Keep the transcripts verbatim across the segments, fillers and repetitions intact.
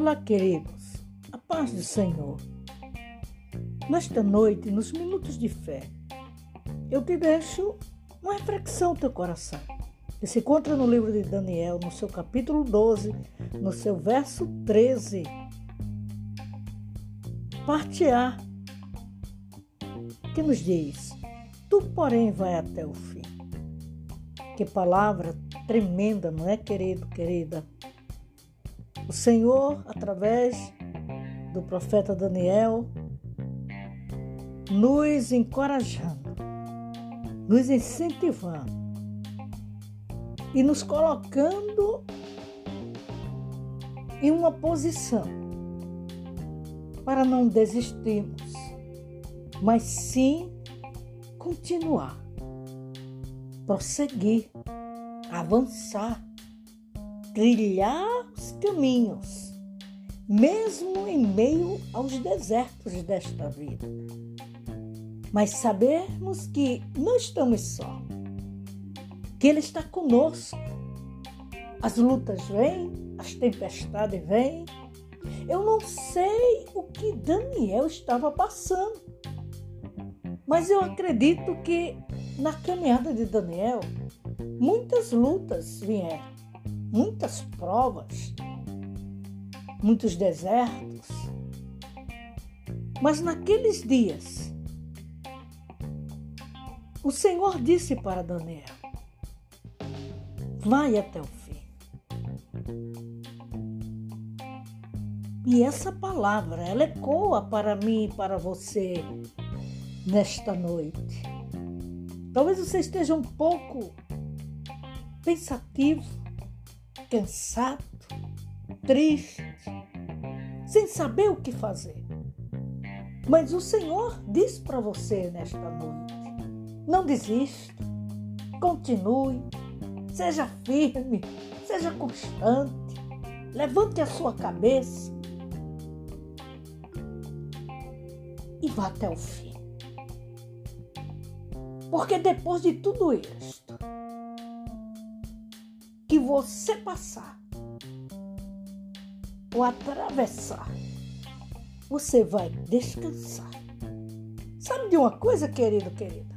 Olá, queridos, a paz do Senhor. Nesta noite, nos minutos de fé, eu te deixo uma reflexão ao teu coração, que se encontra no livro de Daniel, no seu capítulo doze, no seu verso treze. Parte A, que nos diz: tu, porém, vai até o fim. Que palavra tremenda, não é, querido, querida? O Senhor, através do profeta Daniel, nos encorajando, nos incentivando e nos colocando em uma posição para não desistirmos, mas sim continuar, prosseguir, avançar, trilhar os caminhos, mesmo em meio aos desertos desta vida. Mas sabermos que não estamos só, que Ele está conosco. As lutas vêm, as tempestades vêm. Eu não sei o que Daniel estava passando, mas eu acredito que na caminhada de Daniel, muitas lutas vieram, muitas provas, muitos desertos. Mas naqueles dias, o Senhor disse para Daniel: vai até o fim. E essa palavra, ela ecoa para mim e para você nesta noite. Talvez você esteja um pouco pensativo, cansado, triste, sem saber o que fazer. Mas o Senhor diz para você nesta noite: não desista, continue, seja firme, seja constante, levante a sua cabeça e vá até o fim. Porque depois de tudo isto que você passar ou atravessar, você vai descansar. Sabe de uma coisa, querido, querida?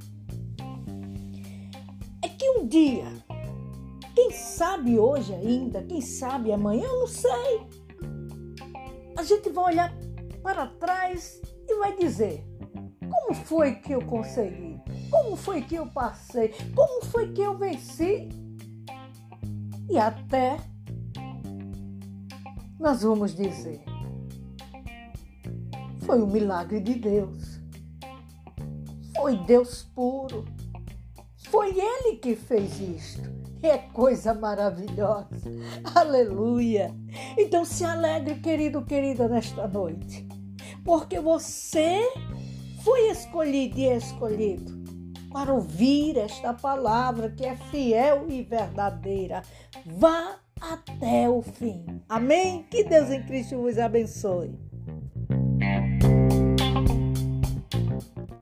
É que um dia, quem sabe hoje ainda, quem sabe amanhã, eu não sei, a gente vai olhar para trás e vai dizer: como foi que eu consegui? Como foi que eu passei? Como foi que eu venci? E até nós vamos dizer: foi um milagre de Deus. Foi Deus puro. Foi Ele que fez isto. É coisa maravilhosa. Aleluia. Então se alegre, querido, querida, nesta noite. Porque você foi escolhido e escolhido para ouvir esta palavra que é fiel e verdadeira. Vá até o fim. Amém? Que Deus em Cristo vos abençoe.